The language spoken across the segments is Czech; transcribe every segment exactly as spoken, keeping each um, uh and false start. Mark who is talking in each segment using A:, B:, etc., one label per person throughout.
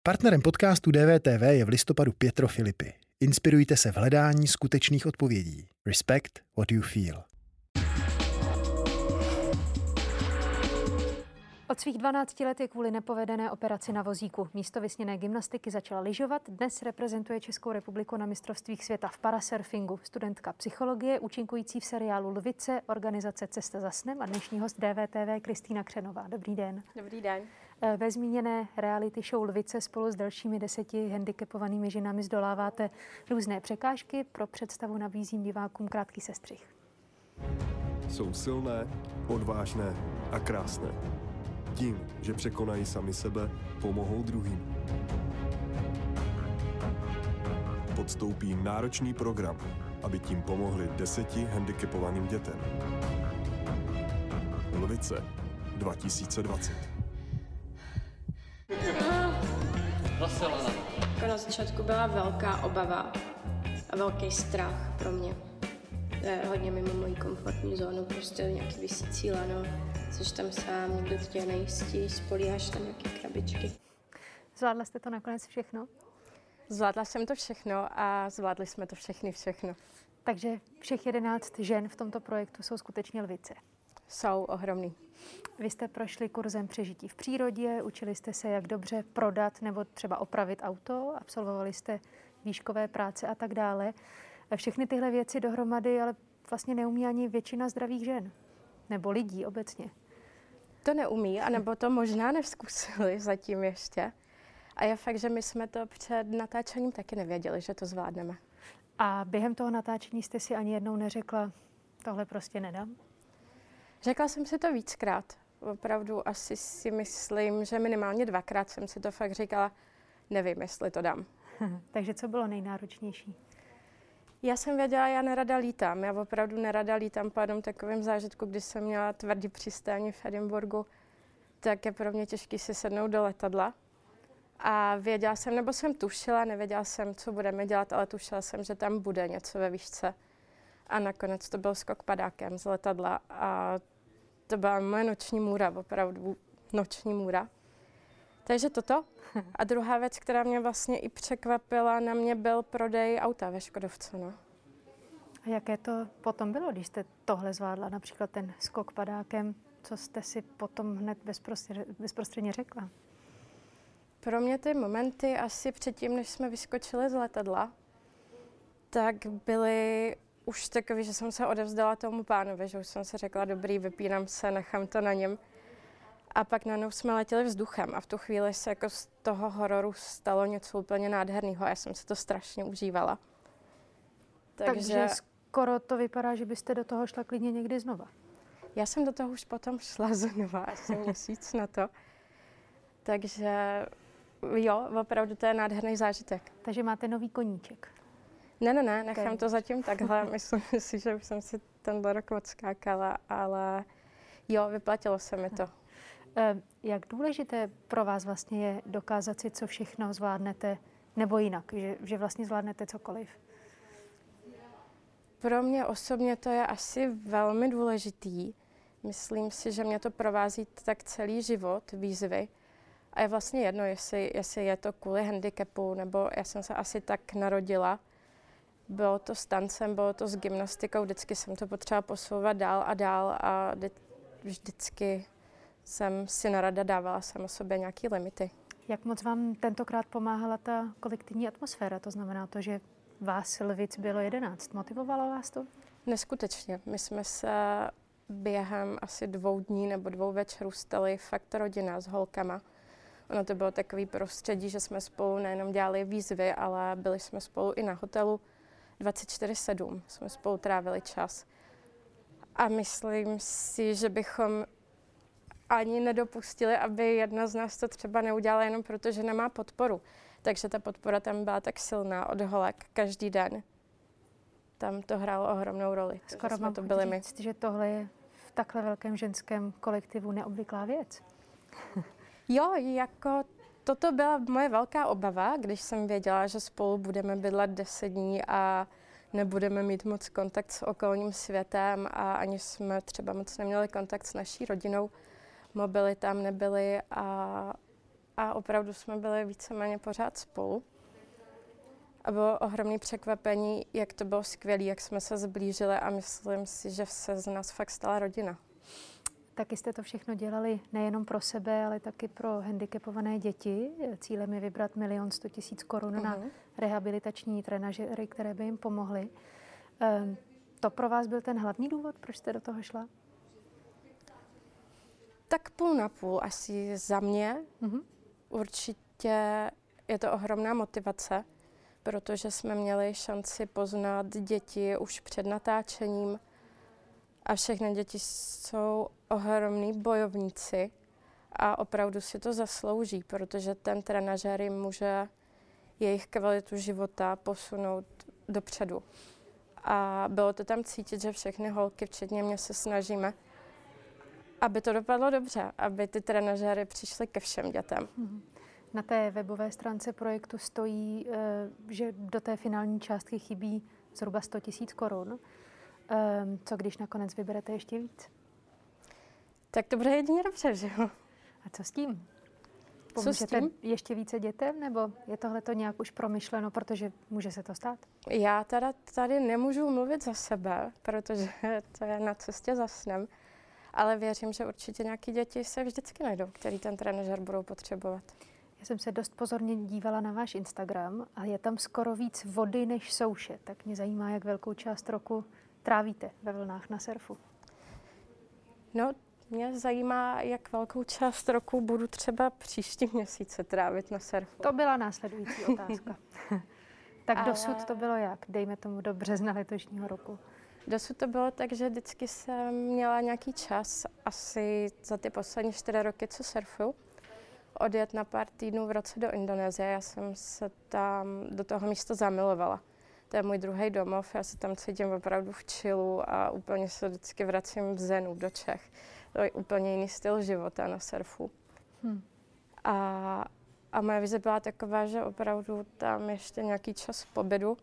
A: Partnerem podcastu D V T V je v listopadu Pietro Filippi. Inspirujte se v hledání skutečných odpovědí. Respect what you feel.
B: Od svých dvanácti let je kvůli nepovedené operaci na vozíku místo vysněné gymnastiky začala lyžovat. Dnes reprezentuje Českou republiku na mistrovstvích světa v parasurfingu. Studentka psychologie, účinkující v seriálu Lvice, organizace Cesta za snem a dnešní host D V T V Kristýna Křenová. Dobrý den.
C: Dobrý den.
B: Ve zmíněné reality show Lvice spolu s dalšími deseti handicapovanými ženami zdoláváte různé překážky. Pro představu nabízím divákům krátký sestřih.
D: Jsou silné, odvážné a krásné. Tím, že překonají sami sebe, pomohou druhým. Podstoupí náročný program, aby tím pomohli deseti handicapovaným dětem. Lvice dva tisíce dvacet.
C: Jako na začátku byla velká obava a velký strach pro mě. To je hodně mimo mojí komfortní zónu, prostě nějaký visící lano, což tam sám, někdo tě nejistí, spolíháš na nějaké krabičky.
B: Zvládla jste to nakonec všechno?
C: Zvládla jsem to všechno a zvládli jsme to všechny všechno.
B: Takže všech jedenáct žen v tomto projektu jsou skutečně lvice.
C: Jsou ohromný.
B: Vy jste prošli kurzem přežití v přírodě, učili jste se, jak dobře prodat nebo třeba opravit auto, absolvovali jste výškové práce a tak dále. Všechny tyhle věci dohromady ale vlastně neumí ani většina zdravých žen. Nebo lidí obecně.
C: To neumí, anebo to možná nevzkusili zatím ještě. A je fakt, že my jsme to před natáčením taky nevěděli, že to zvládneme.
B: A během toho natáčení jste si ani jednou neřekla, tohle prostě nedám?
C: Řekla jsem si to víckrát. Opravdu asi si myslím, že minimálně dvakrát jsem si to fakt říkala, nevím, jestli to dám.
B: Takže co bylo nejnáročnější?
C: Já jsem věděla, já nerada lítám. Já opravdu nerada lítám po jednom takovém zážitku, když jsem měla tvrdý přistání v Edinburghu, tak je pro mě těžké si sednout do letadla. A věděla jsem, nebo jsem tušila, nevěděla jsem, co budeme dělat, ale tušila jsem, že tam bude něco ve výšce. A nakonec to byl skok padákem z letadla a to byla moje noční můra, opravdu noční můra. Takže toto. A druhá věc, která mě vlastně i překvapila, na mě byl prodej auta ve Škodovce. No.
B: A jaké to potom bylo, když jste tohle zvládla, například ten skok padákem, co jste si potom hned bezprostředně řekla?
C: Pro mě ty momenty asi předtím, než jsme vyskočili z letadla, tak byly už takový, že jsem se odevzdala tomu pánovi, že už jsem si řekla, dobrý, vypínám se, nechám to na něm. A pak najednou jsme letěli vzduchem a v tu chvíli se jako z toho hororu stalo něco úplně nádherného a já jsem si to strašně užívala.
B: Takže, Takže skoro to vypadá, že byste do toho šla klidně někdy znova.
C: Já jsem do toho už potom šla znova, asi měsíc na to. Takže jo, opravdu to je nádherný zážitek.
B: Takže máte nový koníček.
C: Ne, ne, ne, nechám to zatím takhle. Myslím si, že už jsem si tenhle rok odskákala, ale jo, vyplatilo se mi to.
B: Jak důležité pro vás vlastně je dokázat si, co všechno zvládnete, nebo jinak, že, že vlastně zvládnete cokoliv?
C: Pro mě osobně to je asi velmi důležitý. Myslím si, že mě to provází tak celý život, výzvy. A je vlastně jedno, jestli, jestli je to kvůli handicapu, nebo já jsem se asi tak narodila. Bylo to s tancem, bylo to s gymnastikou, vždycky jsem to potřeba posouvat dál a dál a vždycky jsem si narada dávala sama sobě nějaké limity.
B: Jak moc vám tentokrát pomáhala ta kolektivní atmosféra? To znamená to, že vás Lvic bylo jedenáct. Motivovalo vás to?
C: Neskutečně. My jsme se během asi dvou dní nebo dvou večerů stali fakt rodina s holkama. Ono to bylo takový prostředí, že jsme spolu nejenom dělali výzvy, ale byli jsme spolu i na hotelu dvacet čtyři sedm. Jsme spolu trávili čas. A myslím si, že bychom ani nedopustili, aby jedna z nás to třeba neudělala jenom proto, že nemá podporu. Takže ta podpora tam byla tak silná od holek každý den. Tam to hrálo ohromnou roli.
B: Skoro mám to byli říct, my. Že tohle je v takhle velkém ženském kolektivu neobvyklá věc.
C: Jo, jako toto byla moje velká obava, když jsem věděla, že spolu budeme bydlet deset dní a nebudeme mít moc kontakt s okolním světem a ani jsme třeba moc neměli kontakt s naší rodinou. Mobily tam nebyly a a opravdu jsme byli víceméně pořád spolu. A bylo ohromné překvapení, jak to bylo skvělé, jak jsme se zblížili a myslím si, že se z nás fakt stala rodina.
B: Taky jste to všechno dělali nejenom pro sebe, ale taky pro handicapované děti. Cílem je vybrat milion sto tisíc korun uh-huh. na rehabilitační trenažery, které by jim pomohly. Um, to pro vás byl ten hlavní důvod, proč jste do toho šla?
C: Tak půl na půl asi za mě. Uh-huh. Určitě je to ohromná motivace, protože jsme měli šanci poznat děti už před natáčením a všechny děti jsou ohromní bojovníci a opravdu si to zaslouží, protože ten trenažér jim může jejich kvalitu života posunout dopředu. A bylo to tam cítit, že všechny holky, včetně mě, se snažíme, aby to dopadlo dobře, aby ty trenažéry přišly ke všem dětem.
B: Na té webové stránce projektu stojí, že do té finální částky chybí zhruba sto tisíc korun. Co když nakonec vyberete ještě víc?
C: Tak to bude jedině dobře, že jo?
B: A co s tím?
C: Pomůžete
B: co s tím? Ještě více dětem, nebo je tohle to nějak už promyšleno, protože může se to stát?
C: Já teda tady nemůžu mluvit za sebe, protože to je na cestě za snem, ale věřím, že určitě nějaké děti se vždycky najdou, který ten trenažer budou potřebovat.
B: Já jsem se dost pozorně dívala na váš Instagram a je tam skoro víc vody než souše, tak mě zajímá, jak velkou část roku trávíte ve vlnách na surfu.
C: No, mě zajímá, jak velkou část roku budu třeba příští měsíce trávit na surfu.
B: To byla následující otázka. Tak Ale... dosud to bylo jak? Dejme tomu do března letošního roku.
C: Dosud to bylo tak, že vždycky jsem měla nějaký čas, asi za ty poslední čtyři roky, co surfuju, odjet na pár týdnů v roce do Indonésie. Já jsem se tam do toho místa zamilovala. To je můj druhý domov, já se tam cítím opravdu v chillu a úplně se vždycky vracím v zenu do Čech. To je úplně jiný styl života na surfu. Hmm. A, a moje vize byla taková, že opravdu tam ještě nějaký čas pobytu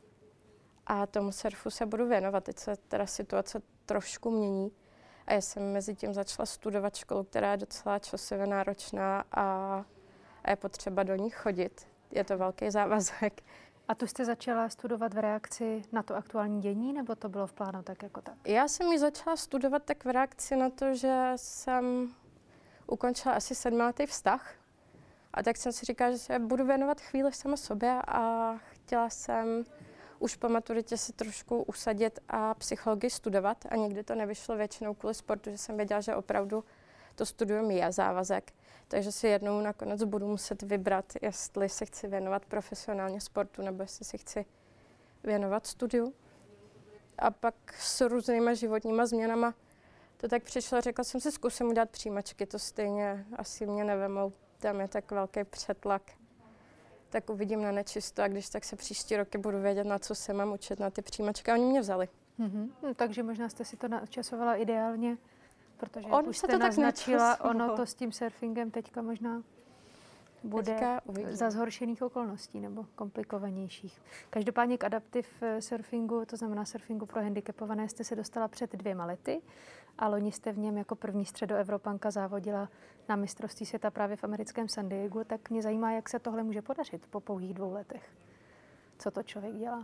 C: a tomu surfu se budu věnovat. Teď se teda situace trošku mění a já jsem mezi tím začala studovat školu, která je docela časově náročná a, a je potřeba do ní chodit. Je to velký závazek.
B: A tu jste začala studovat v reakci na to aktuální dění, nebo to bylo v plánu tak jako tak?
C: Já jsem ji začala studovat tak v reakci na to, že jsem ukončila asi sedmiletý vztah. A tak jsem si říkala, že se budu věnovat chvíli sama sobě a chtěla jsem už po maturitě se trošku usadit a psychologii studovat. A nikdy to nevyšlo většinou kvůli sportu, že jsem věděla, že opravdu to studium je závazek. Takže si jednou nakonec budu muset vybrat, jestli se chci věnovat profesionálně sportu, nebo jestli si chci věnovat studiu. A pak s různýma životníma změnama to tak přišlo, řekla jsem si, zkusím udělat přijímačky, to stejně asi mě nevemou, tam je tak velký přetlak. Tak uvidím na nečisto a když tak se příští roky budu vědět, na co se mám učit, na ty přijímačky. A oni mě vzali.
B: Mm-hmm. No, takže možná jste si to načasovala ideálně, protože
C: on
B: už
C: se
B: jste
C: to
B: naznačila, tak ono to s tím surfingem teďka možná bude
C: teďka
B: za zhoršených okolností nebo komplikovanějších. Každopádně k adaptive surfingu, to znamená surfingu pro handicapované, jste se dostala před dvěma lety a loni jste v něm jako první středoevropanka závodila na mistrovství světa právě v americkém San Diegu, tak mě zajímá, jak se tohle může podařit po pouhých dvou letech. Co to člověk dělá?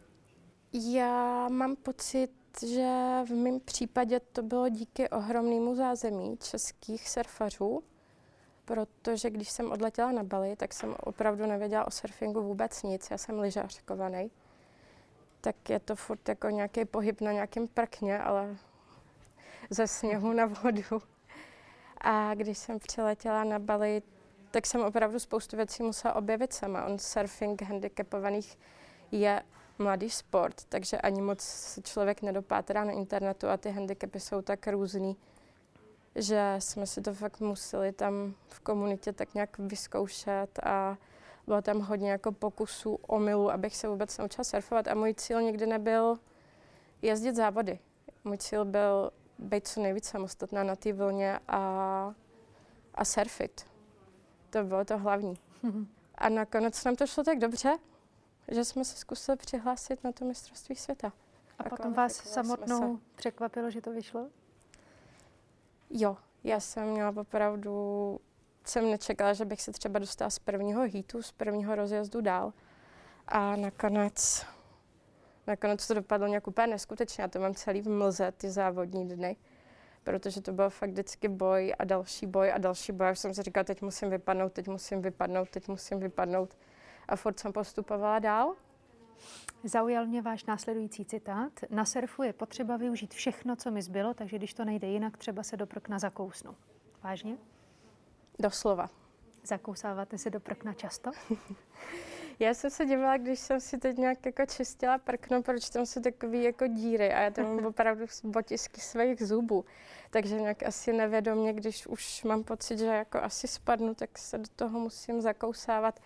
C: Já mám pocit, že v mém případě to bylo díky ohromnému zázemí českých surfařů, protože když jsem odletěla na Bali, tak jsem opravdu nevěděla o surfingu vůbec nic. Já jsem lyžař kovanej. Tak je to furt jako nějaký pohyb na nějakém prkně, ale ze sněhu na vodu. A když jsem přiletěla na Bali, tak jsem opravdu spoustu věcí musela objevit sama. On surfing handicapovaných je mladý sport, takže ani moc se člověk nedopátrá na internetu a ty handicapy jsou tak různý, že jsme si to fakt museli tam v komunitě tak nějak vyzkoušet a bylo tam hodně jako pokusů, omylů, abych se vůbec naučila surfovat a můj cíl nikdy nebyl jezdit závody. Můj cíl byl být co nejvíc samostatná na té vlně a, a surfit. To bylo to hlavní. A nakonec nám to šlo tak dobře, že jsme se zkusili přihlásit na to mistrovství světa.
B: A, a potom vás samotnou překvapilo, že to vyšlo?
C: Jo, já jsem měla opravdu jsem nečekala, že bych se třeba dostala z prvního heatu, z prvního rozjezdu dál. A nakonec, nakonec to dopadlo nějak úplně neskutečně. Já to mám celý v mlze, ty závodní dny. Protože to byl fakt vždycky boj a další boj a další boj. Já jsem si říkala, teď musím vypadnout, teď musím vypadnout, teď musím vypadnout. A furt jsem postupovala dál.
B: Zaujal mě váš následující citát. Na surfu je potřeba využít všechno, co mi zbylo, takže když to nejde jinak, třeba se do prkna zakousnu. Vážně?
C: Doslova.
B: Zakousáváte se do prkna často?
C: Já jsem se dívala, když jsem si teď nějak jako čistila prkno, proč tam jsou takový jako díry a já tam mám opravdu otisky svých zubů. Takže nějak asi nevědomě, když už mám pocit, že jako asi spadnu, tak se do toho musím zakousávat.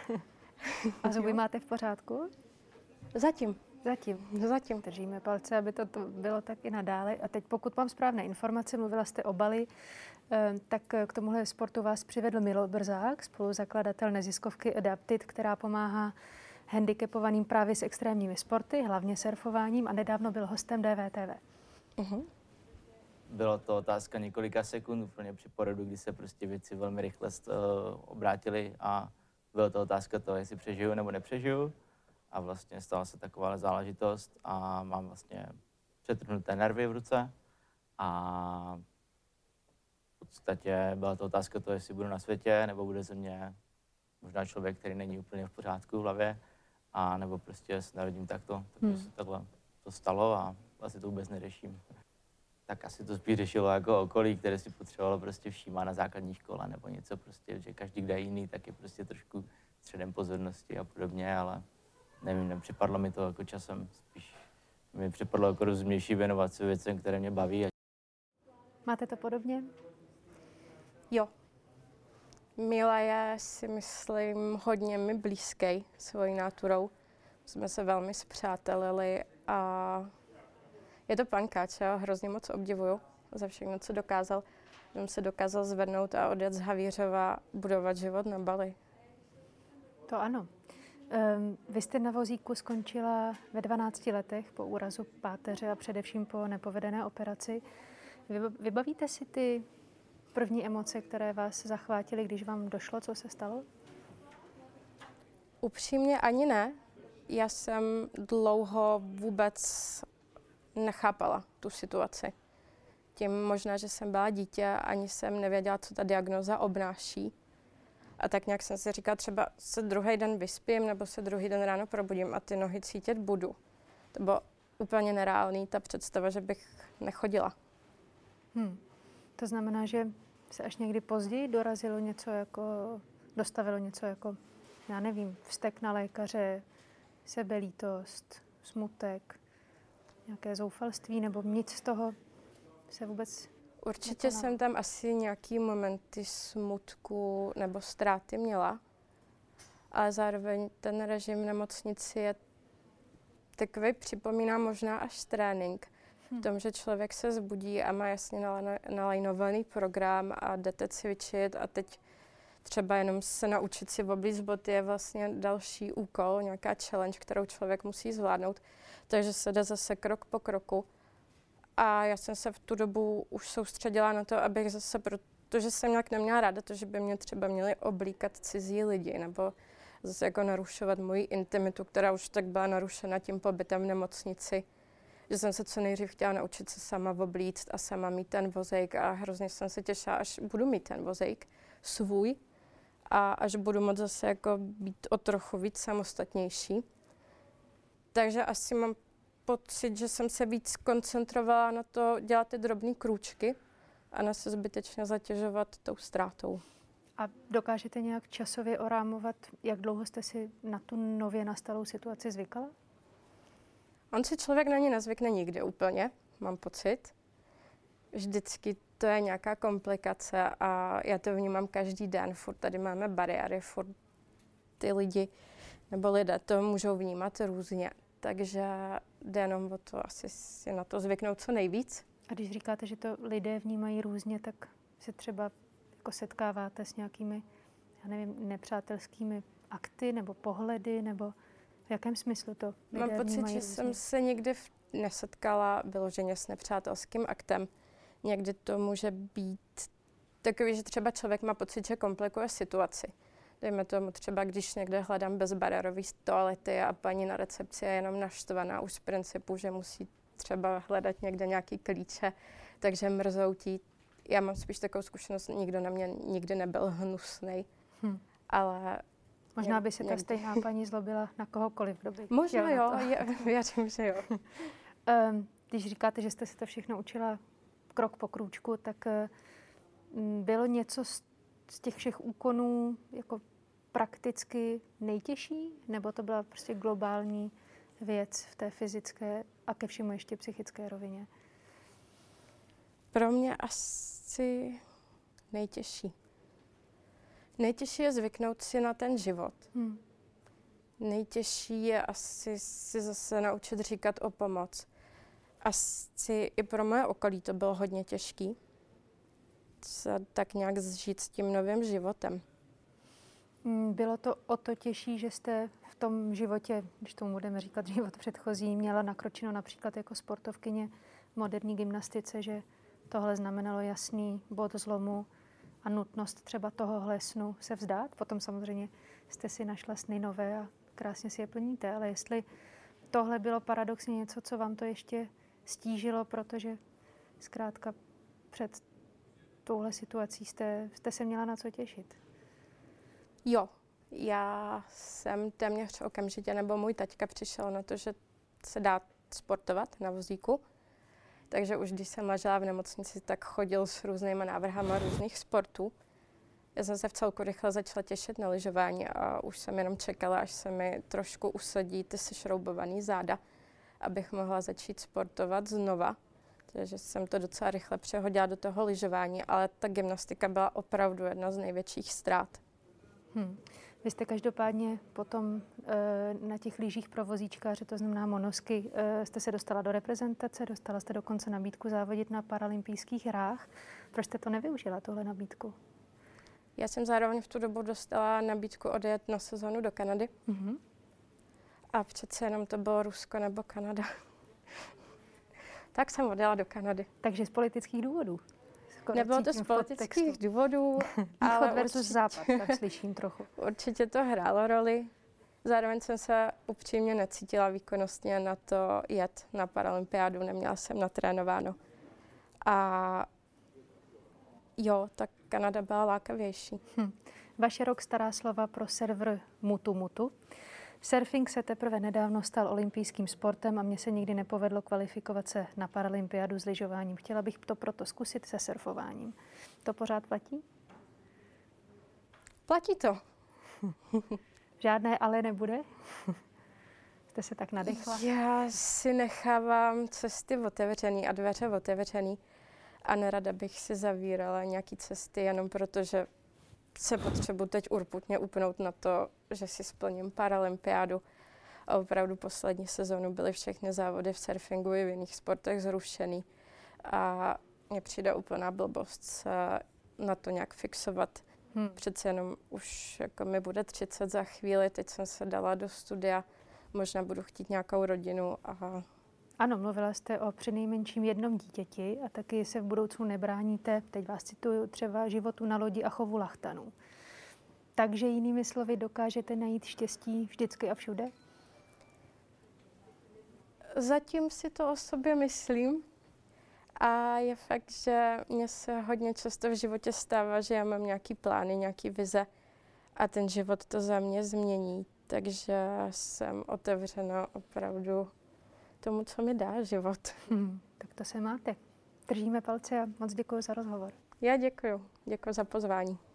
B: A zuby máte v pořádku?
C: Zatím.
B: Zatím.
C: Zatím.
B: Držíme palce, aby to, to bylo tak i nadále. A teď, pokud mám správné informace, mluvila jste o Bali, tak k tomuhle sportu vás přivedl Milo Brzák, spoluzakladatel neziskovky Adapted, která pomáhá handicapovaným právě s extrémními sporty, hlavně surfováním, a nedávno byl hostem D V T V.
C: Uh-huh.
E: Bylo to otázka několika sekund úplně při porodu, kdy se prostě věci velmi rychle uh, obrátily a byla to otázka toho, jestli přežiju nebo nepřežiju. A vlastně stala se taková záležitost a mám vlastně přetrhnuté nervy v ruce a v podstatě byla to otázka toho, jestli budu na světě, nebo bude ze mě možná člověk, který není úplně v pořádku v hlavě, a nebo prostě se narodím takto. Tak
B: hmm.
E: prostě takhle to stalo a asi to vůbec neřeším. Tak asi to spíš řešilo jako okolí, které si potřebovalo prostě všímat na základní škole nebo něco prostě, že každý, kdo je jiný, tak je prostě trošku středem pozornosti a podobně, ale nevím, nepřipadlo mi to jako časem, spíš mi připadlo jako rozumnější věnovat se věcem, které mě baví.
B: Máte to podobně?
C: Jo. Mila je, si myslím, hodně mi blízký svojí náturou. Jsme se velmi spřátelili a je to pankáč, já hrozně moc obdivuju za všechno, co dokázal. Že se dokázal zvednout a odjet z Havířova, budovat život na Bali.
B: To ano. Um, vy jste na vozíku skončila ve dvanácti letech po úrazu páteře a především po nepovedené operaci. Vybavíte si ty první emoce, které vás zachvátily, když vám došlo, co se stalo?
C: Upřímně ani ne. Já jsem dlouho vůbec nechápala tu situaci. Tím možná, že jsem byla dítě, ani jsem nevěděla, co ta diagnóza obnáší. A tak nějak jsem si říkala, třeba se druhý den vyspím, nebo se druhý den ráno probudím a ty nohy cítit budu. To bylo úplně nereálný, ta představa, že bych nechodila.
B: Hmm. To znamená, že se až někdy později dorazilo něco jako, dostavilo něco jako, já nevím, vztek na lékaře, sebelítost, smutek, nějaké zoufalství, nebo nic z toho se vůbec...
C: Určitě nekonalo. Jsem tam asi nějaký momenty smutku nebo ztráty měla, ale zároveň ten režim v nemocnici je takový, připomíná možná až trénink. Hmm. V tom, že člověk se zbudí a má jasně nalajnovaný program a jdete cvičit a teď třeba jenom se naučit si oblíct boty je vlastně další úkol, nějaká challenge, kterou člověk musí zvládnout. Takže se jde zase krok po kroku. A já jsem se v tu dobu už soustředila na to, abych zase, protože jsem nějak neměla ráda to, že by mě třeba měli oblíkat cizí lidi, nebo zase jako narušovat moji intimitu, která už tak byla narušena tím pobytem v nemocnici. Že jsem se co nejdřív chtěla naučit se sama oblíct a sama mít ten vozejk a hrozně jsem se těšila, až budu mít ten vozejk svůj a až budu moct zase jako být o trochu víc samostatnější. Takže asi mám pocit, že jsem se víc koncentrovala na to dělat ty drobné krůčky a ne se zbytečně zatěžovat tou ztrátou.
B: A dokážete nějak časově orámovat, jak dlouho jste si na tu nově nastalou situaci zvykala?
C: On si člověk na ní nezvykne nikdy úplně, mám pocit. Vždycky to je nějaká komplikace a já to vnímám každý den. Furt tady máme bariéry, furt ty lidi nebo lidé to můžou vnímat různě. Takže jde jenom o to asi si na to zvyknout co nejvíc.
B: A když říkáte, že to lidé vnímají různě, tak se třeba jako setkáváte s nějakými, já nevím, nepřátelskými akty nebo pohledy, nebo v jakém smyslu to lidé
C: Mám pocit, že
B: různě?
C: jsem se nikdy nesetkala vyloženě s nepřátelským aktem. Někdy to může být takový, že třeba člověk má pocit, že komplikuje situaci. Dejme tomu třeba, když někde hledám bezbariérový toalety a paní na recepci je jenom naštvaná už z principu, že musí třeba hledat někde nějaký klíče, takže mrzoutí. Já mám spíš takovou zkušenost, nikdo na mě nikdy nebyl hnusnej, hm. ale...
B: Možná by se ta stejná paní zlobila na kohokoliv, kdo by
C: Možná jo, je, věřím, že jo.
B: um, když říkáte, že jste se to všechno učila krok po krůčku, tak um, bylo něco z, z těch všech úkonů jako prakticky nejtěžší? Nebo to byla prostě globální věc v té fyzické a ke všemu ještě psychické rovině?
C: Pro mě asi nejtěžší. Nejtěžší je zvyknout si na ten život. Hmm. Nejtěžší je asi si zase naučit říkat o pomoc. Asi i pro moje okolí to bylo hodně těžký. Se tak nějak zžít s tím novým životem.
B: Bylo to o to těžší, že jste v tom životě, když tomu budeme říkat život předchozí, měla nakročeno například jako sportovkyně v moderní gymnastice, že tohle znamenalo jasný bod zlomu a nutnost třeba tohohle snu se vzdát. Potom samozřejmě jste si našla sny nové a krásně si je plníte, ale jestli tohle bylo paradoxně něco, co vám to ještě stížilo, protože zkrátka před touhle situací jste, jste se měla na co těšit.
C: Jo, já jsem téměř okamžitě, nebo můj taťka přišel na to, že se dá sportovat na vozíku. Takže už když jsem ležela v nemocnici, tak chodil s různýma návrhama různých sportů. Já jsem se v celku rychle začala těšit na lyžování a už jsem jenom čekala, až se mi trošku usadí ty sešroubovaný záda, abych mohla začít sportovat znova. Takže jsem to docela rychle přehodila do toho lyžování, ale ta gymnastika byla opravdu jedna z největších ztrát.
B: Hmm. Vy jste každopádně potom e, na těch lyžích pro vozíčkáře, to znamená monosky, e, jste se dostala do reprezentace, dostala jste dokonce nabídku závodit na paralympijských hrách. Proč jste to nevyužila, tohle nabídku?
C: Já jsem zároveň v tu dobu dostala nabídku odjet na sezonu do Kanady. Mm-hmm. A přece jenom to bylo Rusko nebo Kanada. Tak jsem odjela do Kanady.
B: Takže z politických důvodů?
C: Nebylo to z politických důvodů, ale
B: versus
C: určitě,
B: západ, tak slyším trochu.
C: Určitě to hrálo roli. Zároveň jsem se upřímně necítila výkonnostně na to jet na paralympiádu, neměla jsem natrénováno. A jo, tak Kanada byla lákavější. Hm.
B: Vaše rok stará slova pro server Mutu Mutu. Surfing se teprve nedávno stal olympijským sportem a mně se nikdy nepovedlo kvalifikovat se na paralympiádu s lyžováním. Chtěla bych to proto zkusit se surfováním. To pořád platí?
C: Platí to.
B: Žádné ale nebude? Jste se tak nadechla?
C: Já si nechávám cesty otevřený a dveře otevřený a nerada bych si zavírala nějaký cesty jenom proto, že se potřebuji teď urputně upnout na to, že si splním paralympiádu. A opravdu poslední sezónu byly všechny závody v surfingu i v jiných sportech zrušený. A mně přijde úplná blbost se na to nějak fixovat. Hmm. Přece jenom už jako mi bude třicet za chvíli, teď jsem se dala do studia, možná budu chtít nějakou rodinu. A...
B: Ano, mluvila jste o přinejmenším jednom dítěti a taky se v budoucnu nebráníte, teď vás cituju, třeba životu na lodi a chovu lachtanů. Takže jinými slovy dokážete najít štěstí vždycky a všude?
C: Zatím si to o sobě myslím. A je fakt, že mně se hodně často v životě stává, že já mám nějaký plány, nějaký vize a ten život to za mě změní. Takže jsem otevřena opravdu tomu, co mi dá život.
B: Hmm, tak to se máte. Držíme palce a moc děkuji za rozhovor.
C: Já děkuji. Děkuji za pozvání.